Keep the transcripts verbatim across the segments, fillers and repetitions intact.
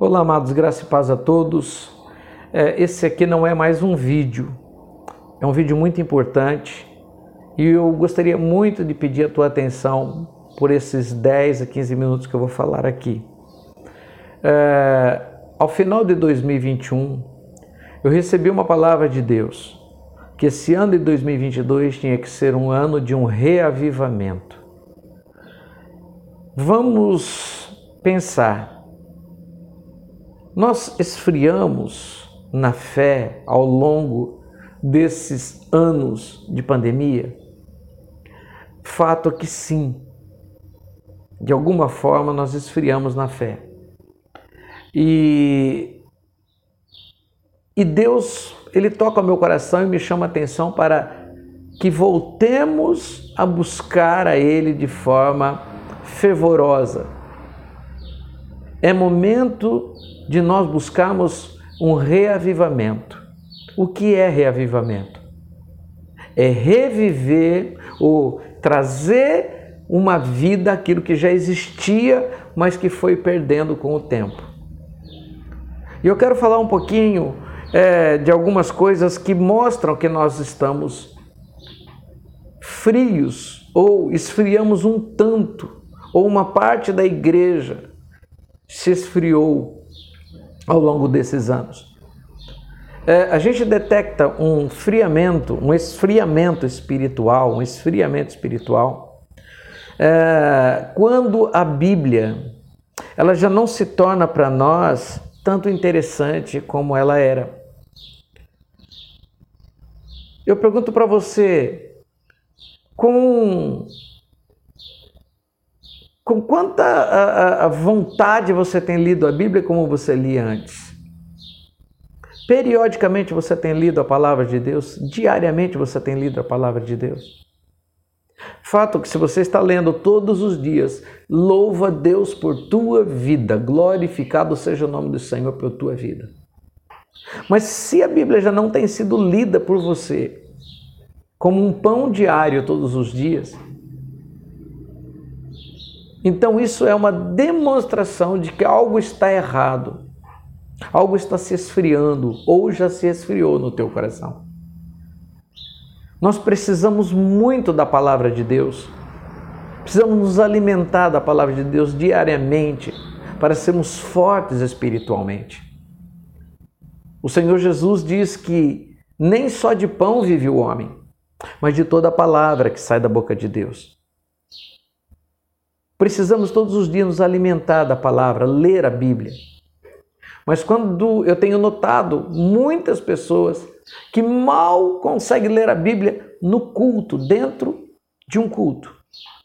Olá, amados, graça e paz a todos. Esse aqui não é mais um vídeo, é um vídeo muito importante e eu gostaria muito de pedir a tua atenção por esses dez a quinze minutos que eu vou falar aqui. É, ao final de dois mil e vinte e um, eu recebi uma palavra de Deus, que esse ano de dois mil e vinte e dois tinha que ser um ano de um reavivamento. Vamos pensar. Nós esfriamos na fé ao longo desses anos de pandemia? Fato que sim. De alguma forma nós esfriamos na fé. E, e Deus, Ele toca o meu coração e me chama a atenção para que voltemos a buscar a Ele de forma fervorosa. É momento de nós buscarmos um reavivamento. O que é reavivamento? É reviver ou trazer uma vida aquilo que já existia, mas que foi perdendo com o tempo. E eu quero falar um pouquinho é, de algumas coisas que mostram que nós estamos frios ou esfriamos um tanto, ou uma parte da igreja se esfriou ao longo desses anos. É, a gente detecta um esfriamento, um esfriamento espiritual, um esfriamento espiritual, é, quando a Bíblia ela já não se torna para nós tanto interessante como ela era. Eu pergunto para você, com, com quanta a, a vontade você tem lido a Bíblia como você lia antes? Periodicamente você tem lido a palavra de Deus? Diariamente você tem lido a palavra de Deus? Fato que se você está lendo todos os dias, louva Deus por tua vida, glorificado seja o nome do Senhor por tua vida. Mas se a Bíblia já não tem sido lida por você como um pão diário todos os dias, então isso é uma demonstração de que algo está errado. Algo está se esfriando ou já se esfriou no teu coração. Nós precisamos muito da palavra de Deus. Precisamos nos alimentar da palavra de Deus diariamente para sermos fortes espiritualmente. O Senhor Jesus diz que nem só de pão vive o homem, mas de toda a palavra que sai da boca de Deus. Precisamos todos os dias nos alimentar da palavra, ler a Bíblia. Mas quando eu tenho notado muitas pessoas que mal conseguem ler a Bíblia no culto, dentro de um culto.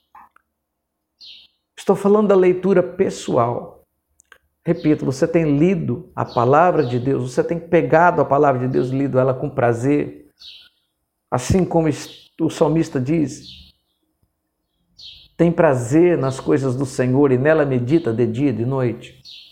Estou falando da leitura pessoal. Repito, você tem lido a palavra de Deus, você tem pegado a palavra de Deus, lido ela com prazer. Assim como o salmista diz, tem prazer nas coisas do Senhor e nela medita de dia e de noite.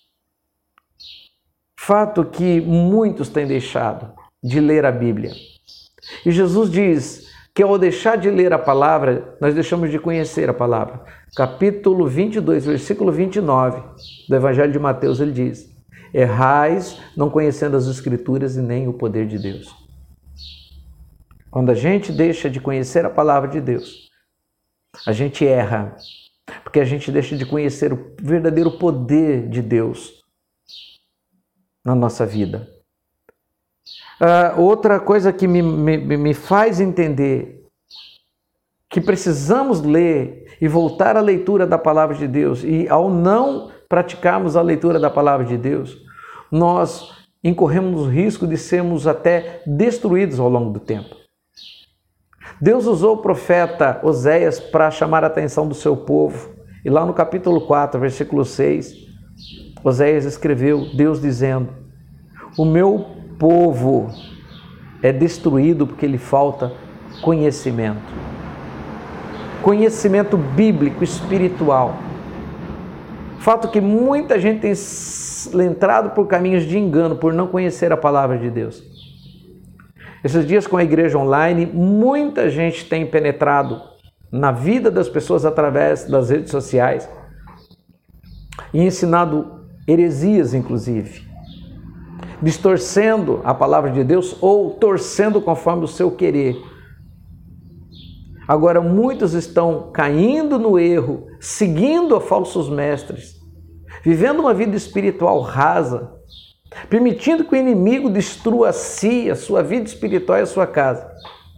Fato que muitos têm deixado de ler a Bíblia. E Jesus diz que ao deixar de ler a palavra, nós deixamos de conhecer a palavra. Capítulo vinte e dois, versículo vinte e nove do Evangelho de Mateus, ele diz: errais não conhecendo as Escrituras e nem o poder de Deus. Quando a gente deixa de conhecer a palavra de Deus, a gente erra, porque a gente deixa de conhecer o verdadeiro poder de Deus na nossa vida. Uh, outra coisa que me, me, me faz entender que precisamos ler e voltar à leitura da palavra de Deus, e ao não praticarmos a leitura da palavra de Deus, nós incorremos o risco de sermos até destruídos ao longo do tempo. Deus usou o profeta Oséias para chamar a atenção do seu povo, e lá no capítulo quatro, versículo seis, Oséias escreveu, Deus dizendo: o meu povo é destruído porque lhe falta conhecimento. Conhecimento bíblico, espiritual. Fato que muita gente tem entrado por caminhos de engano, por não conhecer a palavra de Deus. Esses dias com a igreja online, muita gente tem penetrado na vida das pessoas através das redes sociais e ensinado heresias inclusive, distorcendo a palavra de Deus ou torcendo conforme o seu querer. Agora, muitos estão caindo no erro, seguindo a falsos mestres, vivendo uma vida espiritual rasa, permitindo que o inimigo destrua a si, a sua vida espiritual e a sua casa,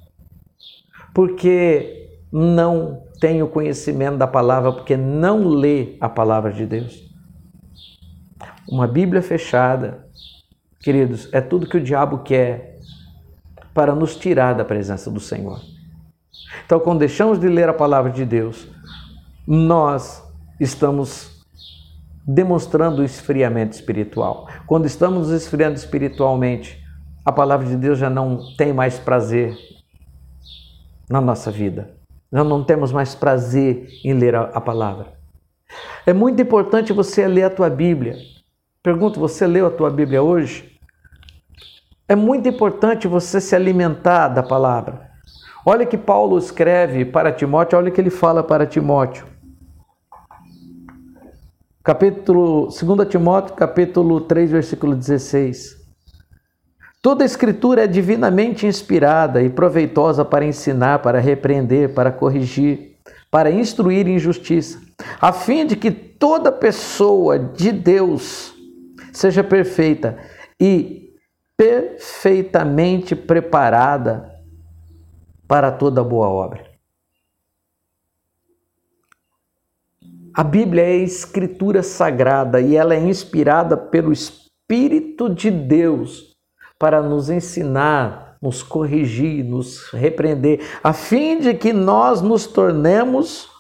porque não tem o conhecimento da palavra, porque não lê a palavra de Deus. Uma Bíblia fechada, queridos, é tudo que o diabo quer para nos tirar da presença do Senhor. Então, quando deixamos de ler a palavra de Deus, nós estamos demonstrando o esfriamento espiritual. Quando estamos nos esfriando espiritualmente, a palavra de Deus já não tem mais prazer na nossa vida. Nós não temos mais prazer em ler a, a palavra. É muito importante você ler a tua Bíblia. Pergunto, você leu a tua Bíblia hoje? É muito importante você se alimentar da palavra. Olha que Paulo escreve para Timóteo, olha o que ele fala para Timóteo. Capítulo, dois Timóteo, capítulo três, versículo dezesseis. Toda a Escritura é divinamente inspirada e proveitosa para ensinar, para repreender, para corrigir, para instruir em justiça, a fim de que toda pessoa de Deus seja perfeita e perfeitamente preparada para toda boa obra. A Bíblia é a Escritura sagrada e ela é inspirada pelo Espírito de Deus para nos ensinar, nos corrigir, nos repreender, a fim de que nós nos tornemos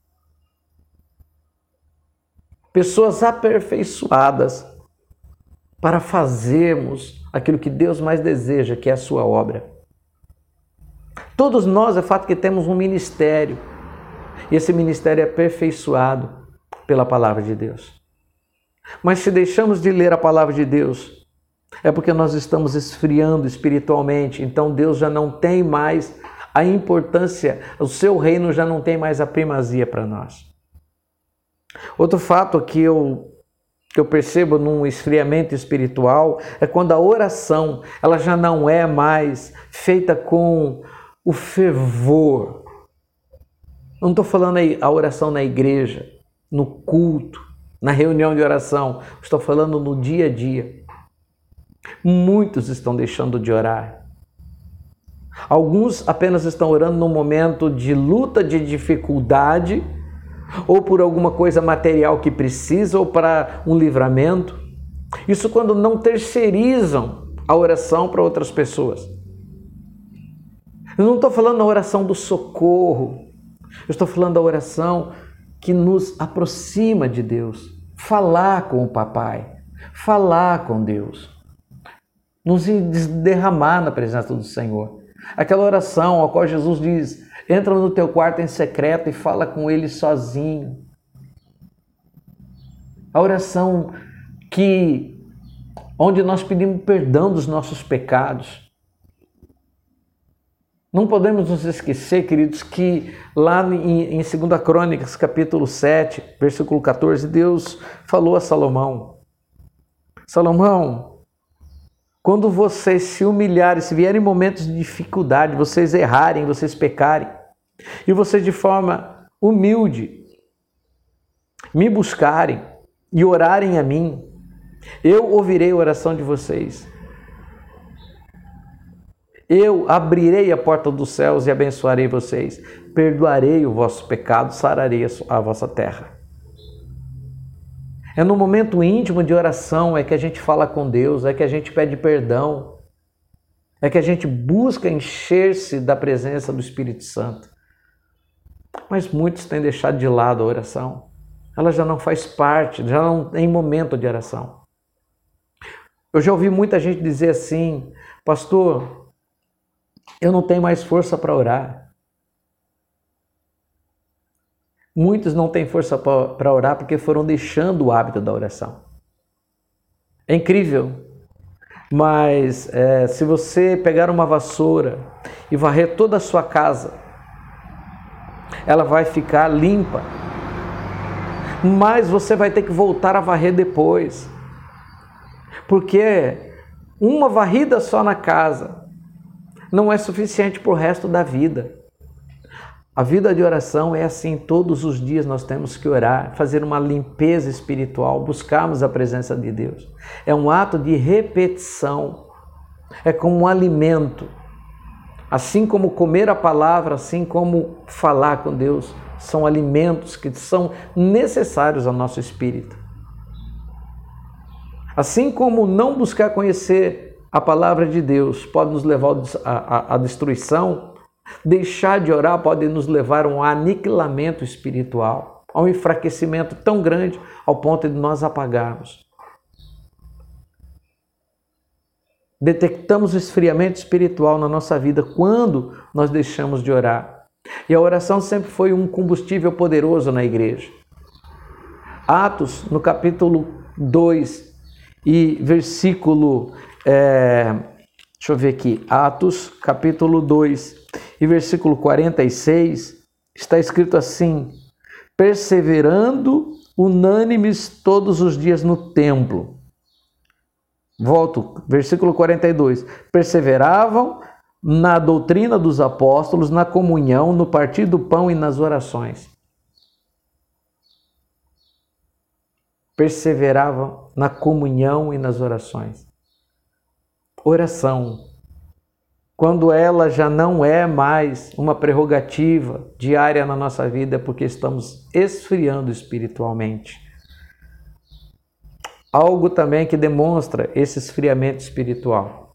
pessoas aperfeiçoadas para fazermos aquilo que Deus mais deseja, que é a sua obra. Todos nós, é fato que temos um ministério, e esse ministério é aperfeiçoado pela palavra de Deus. Mas se deixamos de ler a palavra de Deus, é porque nós estamos esfriando espiritualmente, então Deus já não tem mais a importância, o seu reino já não tem mais a primazia para nós. Outro fato que eu, que eu percebo num esfriamento espiritual é quando a oração ela já não é mais feita com o fervor. Não estou falando aí a oração na igreja, no culto, na reunião de oração. Estou falando no dia a dia. Muitos estão deixando de orar. Alguns apenas estão orando num momento de luta, de dificuldade, ou por alguma coisa material que precisa, ou para um livramento. Isso quando não terceirizam a oração para outras pessoas. Eu não estou falando da oração do socorro. Eu estou falando da oração que nos aproxima de Deus. Falar com o papai. Falar com Deus. Nos derramar na presença do Senhor. Aquela oração a qual Jesus diz: entra no teu quarto em secreto e fala com Ele sozinho. A oração que, onde nós pedimos perdão dos nossos pecados. Não podemos nos esquecer, queridos, que lá em, em segunda Crônicas, capítulo sete, versículo catorze, Deus falou a Salomão: Salomão, quando vocês se humilharem, se vierem momentos de dificuldade, vocês errarem, vocês pecarem, e vocês de forma humilde me buscarem e orarem a mim, eu ouvirei a oração de vocês. Eu abrirei a porta dos céus e abençoarei vocês. Perdoarei o vosso pecado, sararei a vossa terra. É no momento íntimo de oração é que a gente fala com Deus, é que a gente pede perdão, é que a gente busca encher-se da presença do Espírito Santo. Mas muitos têm deixado de lado a oração. Ela já não faz parte, já não tem momento de oração. Eu já ouvi muita gente dizer assim: pastor, eu não tenho mais força para orar. Muitos não têm força para orar porque foram deixando o hábito da oração. É incrível, mas é, se você pegar uma vassoura e varrer toda a sua casa, ela vai ficar limpa. mas você vai ter que voltar a varrer depois. Porque uma varrida só na casa não é suficiente para o resto da vida. A vida de oração é assim, todos os dias nós temos que orar, fazer uma limpeza espiritual, buscarmos a presença de Deus. É um ato de repetição, é como um alimento. Assim como comer a palavra, assim como falar com Deus, são alimentos que são necessários ao nosso espírito. Assim como não buscar conhecer a palavra de Deus pode nos levar à destruição, deixar de orar pode nos levar a um aniquilamento espiritual, a um enfraquecimento tão grande ao ponto de nós apagarmos. Detectamos o esfriamento espiritual na nossa vida quando nós deixamos de orar. E a oração sempre foi um combustível poderoso na igreja. Atos, no capítulo dois e versículo... É, deixa eu ver aqui. Atos, capítulo dois e versículo quarenta e seis, está escrito assim: perseverando unânimes todos os dias no templo. Volto, versículo quarenta e dois. Perseveravam na doutrina dos apóstolos, na comunhão, no partir do pão e nas orações. Perseveravam na comunhão e nas orações. Oração, quando ela já não é mais uma prerrogativa diária na nossa vida, é porque estamos esfriando espiritualmente. Algo também que demonstra esse esfriamento espiritual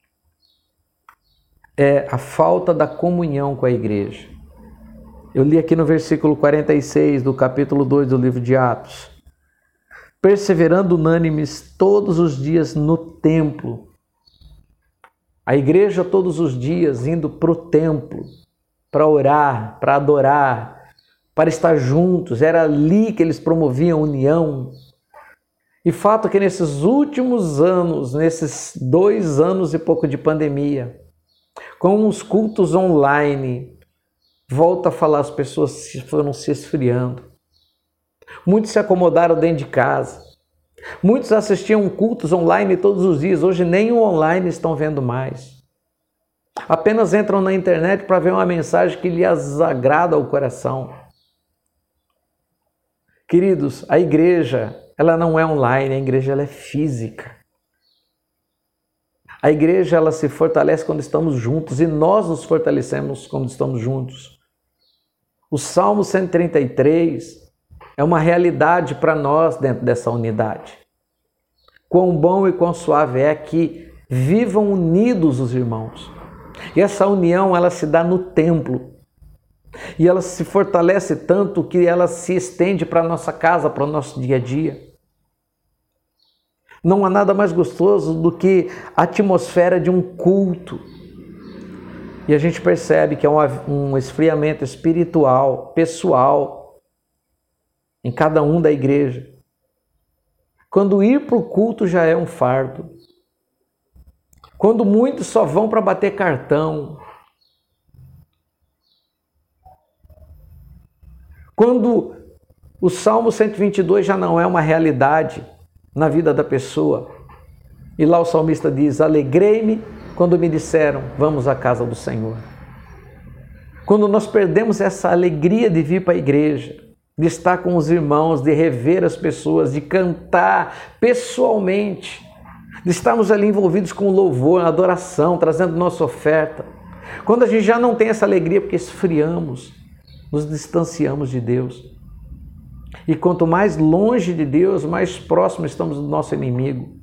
é a falta da comunhão com a igreja. Eu li aqui no versículo quarenta e seis do capítulo dois do livro de Atos: perseverando unânimes todos os dias no templo. A igreja todos os dias indo para o templo, para orar, para adorar, para estar juntos. Era ali que eles promoviam a união. E fato é que nesses últimos anos, nesses dois anos e pouco de pandemia, com os cultos online, volta a falar, as pessoas foram se esfriando. Muitos se acomodaram dentro de casa. Muitos assistiam cultos online todos os dias, hoje nem o online estão vendo mais. Apenas entram na internet para ver uma mensagem que lhes agrada ao coração. Queridos, a igreja, ela não é online, a igreja ela é física. A igreja ela se fortalece quando estamos juntos e nós nos fortalecemos quando estamos juntos. O Salmo cento e trinta e três é uma realidade para nós dentro dessa unidade. Quão bom e quão suave é que vivam unidos os irmãos. E essa união ela se dá no templo. E ela se fortalece tanto que ela se estende para a nossa casa, para o nosso dia a dia. Não há nada mais gostoso do que a atmosfera de um culto. E a gente percebe que é um, um esfriamento espiritual, pessoal, em cada um da igreja. Quando ir para o culto já é um fardo. Quando muitos só vão para bater cartão. Quando o Salmo cento e vinte e dois já não é uma realidade na vida da pessoa. E lá o salmista diz: alegrei-me quando me disseram, vamos à casa do Senhor. Quando nós perdemos essa alegria de vir para a igreja, de estar com os irmãos, de rever as pessoas, de cantar pessoalmente, de estarmos ali envolvidos com louvor, adoração, trazendo nossa oferta. Quando a gente já não tem essa alegria porque esfriamos, nos distanciamos de Deus. E quanto mais longe de Deus, mais próximo estamos do nosso inimigo.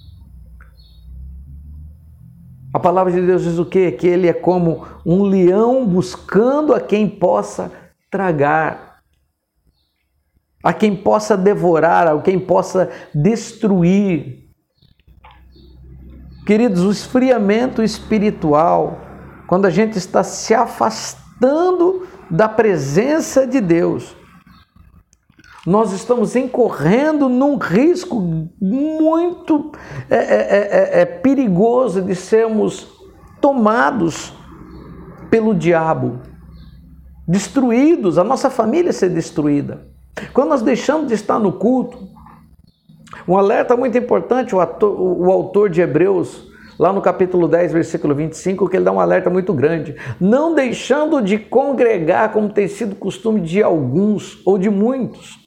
A palavra de Deus diz o quê? Que ele é como um leão buscando a quem possa tragar, a quem possa devorar, a quem possa destruir. Queridos, o esfriamento espiritual, quando a gente está se afastando da presença de Deus, nós estamos incorrendo num risco muito é, é, é, é perigoso de sermos tomados pelo diabo, destruídos, a nossa família ser destruída. Quando nós deixamos de estar no culto, um alerta muito importante, o, ator, o autor de Hebreus, lá no capítulo dez, versículo vinte e cinco, que ele dá um alerta muito grande. Não deixando de congregar, como tem sido costume de alguns ou de muitos.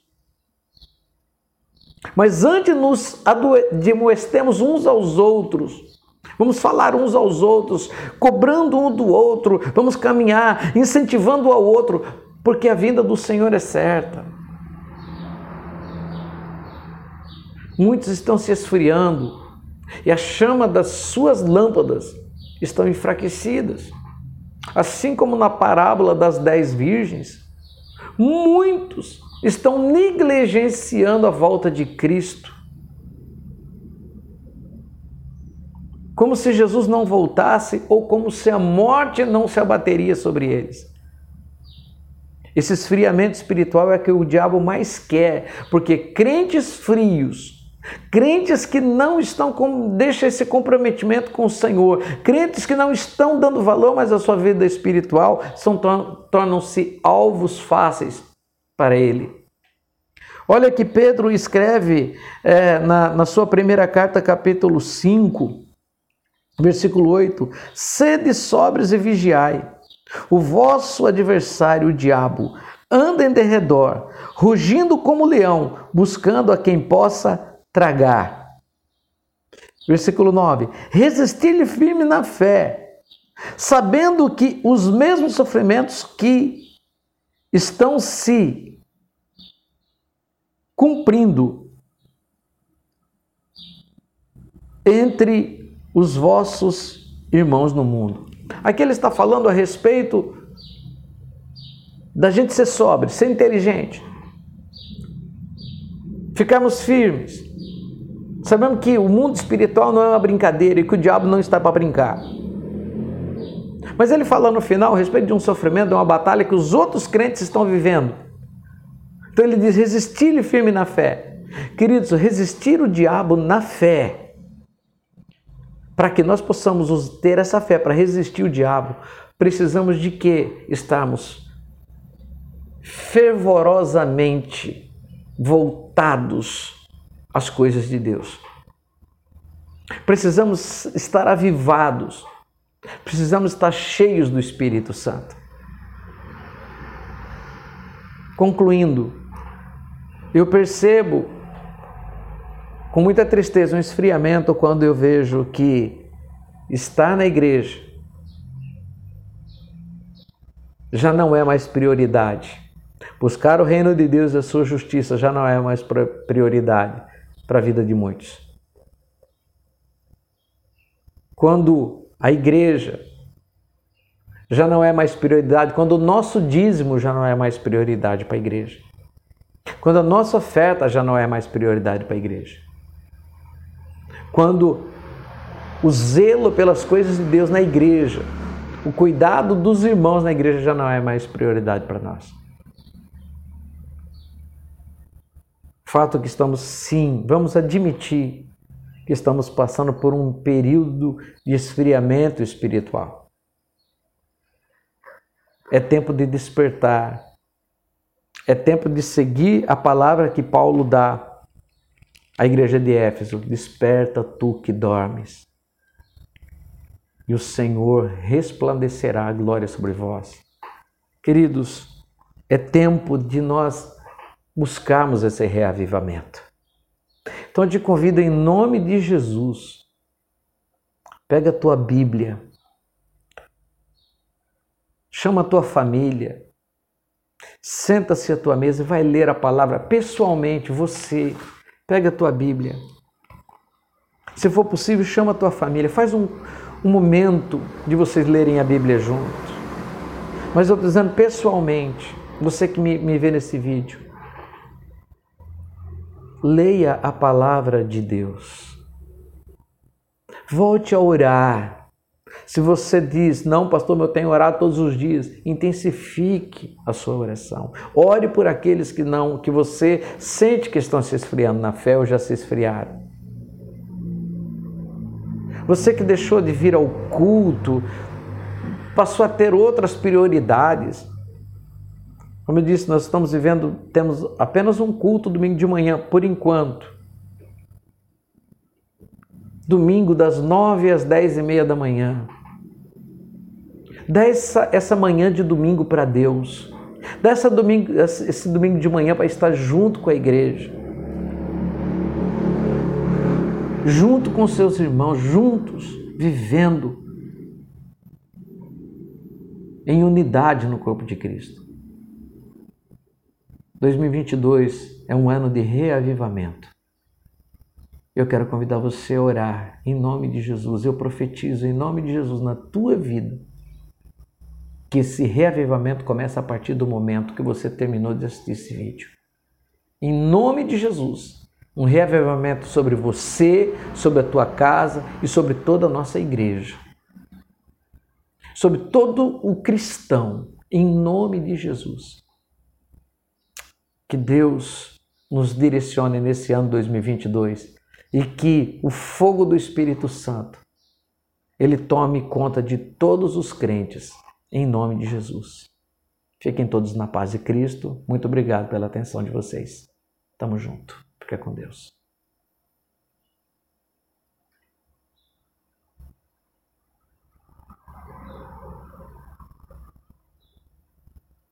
Mas antes nos admoestemos uns aos outros, vamos falar uns aos outros, cobrando um do outro, vamos caminhar, incentivando ao outro, porque a vinda do Senhor é certa. Muitos estão se esfriando e a chama das suas lâmpadas estão enfraquecidas. Assim como na parábola das dez virgens, muitos estão negligenciando a volta de Cristo. Como se Jesus não voltasse ou como se a morte não se abateria sobre eles. Esse esfriamento espiritual é o que o diabo mais quer, porque crentes frios, crentes que não estão com, deixa esse comprometimento com o Senhor, crentes que não estão dando valor mais à sua vida espiritual, são, tornam-se alvos fáceis para ele. Olha que Pedro escreve é, na, na sua primeira carta, capítulo cinco, versículo oito, sede sóbrios e vigiai, o vosso adversário, o diabo, anda em derredor, rugindo como leão, buscando a quem possa tragar. Versículo nove, resistir-lhe firme na fé, sabendo que os mesmos sofrimentos que estão se cumprindo entre os vossos irmãos no mundo. Aqui ele está falando a respeito da gente ser sóbrio, ser inteligente, ficarmos firmes. Sabemos que o mundo espiritual não é uma brincadeira e que o diabo não está para brincar. Mas ele fala no final a respeito de um sofrimento, de uma batalha que os outros crentes estão vivendo. Então ele diz, resistir-lhe firme na fé. Queridos, resistir o diabo na fé, para que nós possamos ter essa fé para resistir o diabo, precisamos de que? Estarmos fervorosamente voltados às coisas de Deus. Precisamos estar avivados. Precisamos estar cheios do Espírito Santo. Concluindo, eu percebo com muita tristeza um esfriamento quando eu vejo que estar na igreja já não é mais prioridade. Buscar o reino de Deus e a sua justiça já não é mais prioridade para a vida de muitos. Quando a igreja já não é mais prioridade, quando o nosso dízimo já não é mais prioridade para a igreja, quando a nossa oferta já não é mais prioridade para a igreja, quando o zelo pelas coisas de Deus na igreja, o cuidado dos irmãos na igreja já não é mais prioridade para nós. Fato que estamos, sim, vamos admitir que estamos passando por um período de esfriamento espiritual. É tempo de despertar. É tempo de seguir a palavra que Paulo dá à igreja de Éfeso. Desperta tu que dormes, e o Senhor resplandecerá a glória sobre vós. Queridos, é tempo de nós buscarmos esse reavivamento. Então eu te convido em nome de Jesus, pega a tua Bíblia, chama a tua família, senta-se à tua mesa e vai ler a palavra pessoalmente, você, pega a tua Bíblia. Se for possível, chama a tua família, faz um, um momento de vocês lerem a Bíblia juntos. Mas eu estou dizendo pessoalmente, você que me, me vê nesse vídeo, leia a palavra de Deus. Volte a orar. Se você diz, não, pastor, eu tenho orado todos os dias, intensifique a sua oração. Ore por aqueles que não, que você sente que estão se esfriando na fé ou já se esfriaram. Você que deixou de vir ao culto, passou a ter outras prioridades. Como eu disse, nós estamos vivendo, temos apenas um culto domingo de manhã, por enquanto. Domingo das nove às dez e meia da manhã. Dá essa, essa manhã de domingo para Deus. Dá essa domingo, esse domingo de manhã para estar junto com a igreja. Junto com seus irmãos, juntos, vivendo em unidade no corpo de Cristo. dois mil e vinte e dois é um ano de reavivamento. Eu quero convidar você a orar em nome de Jesus. Eu profetizo em nome de Jesus na tua vida que esse reavivamento começa a partir do momento que você terminou de assistir esse vídeo. Em nome de Jesus, um reavivamento sobre você, sobre a tua casa e sobre toda a nossa igreja. Sobre todo o cristão, em nome de Jesus. Que Deus nos direcione nesse ano dois mil e vinte e dois e que o fogo do Espírito Santo, ele tome conta de todos os crentes, em nome de Jesus. Fiquem todos na paz de Cristo. Muito obrigado pela atenção de vocês. Tamo junto. Fica com Deus.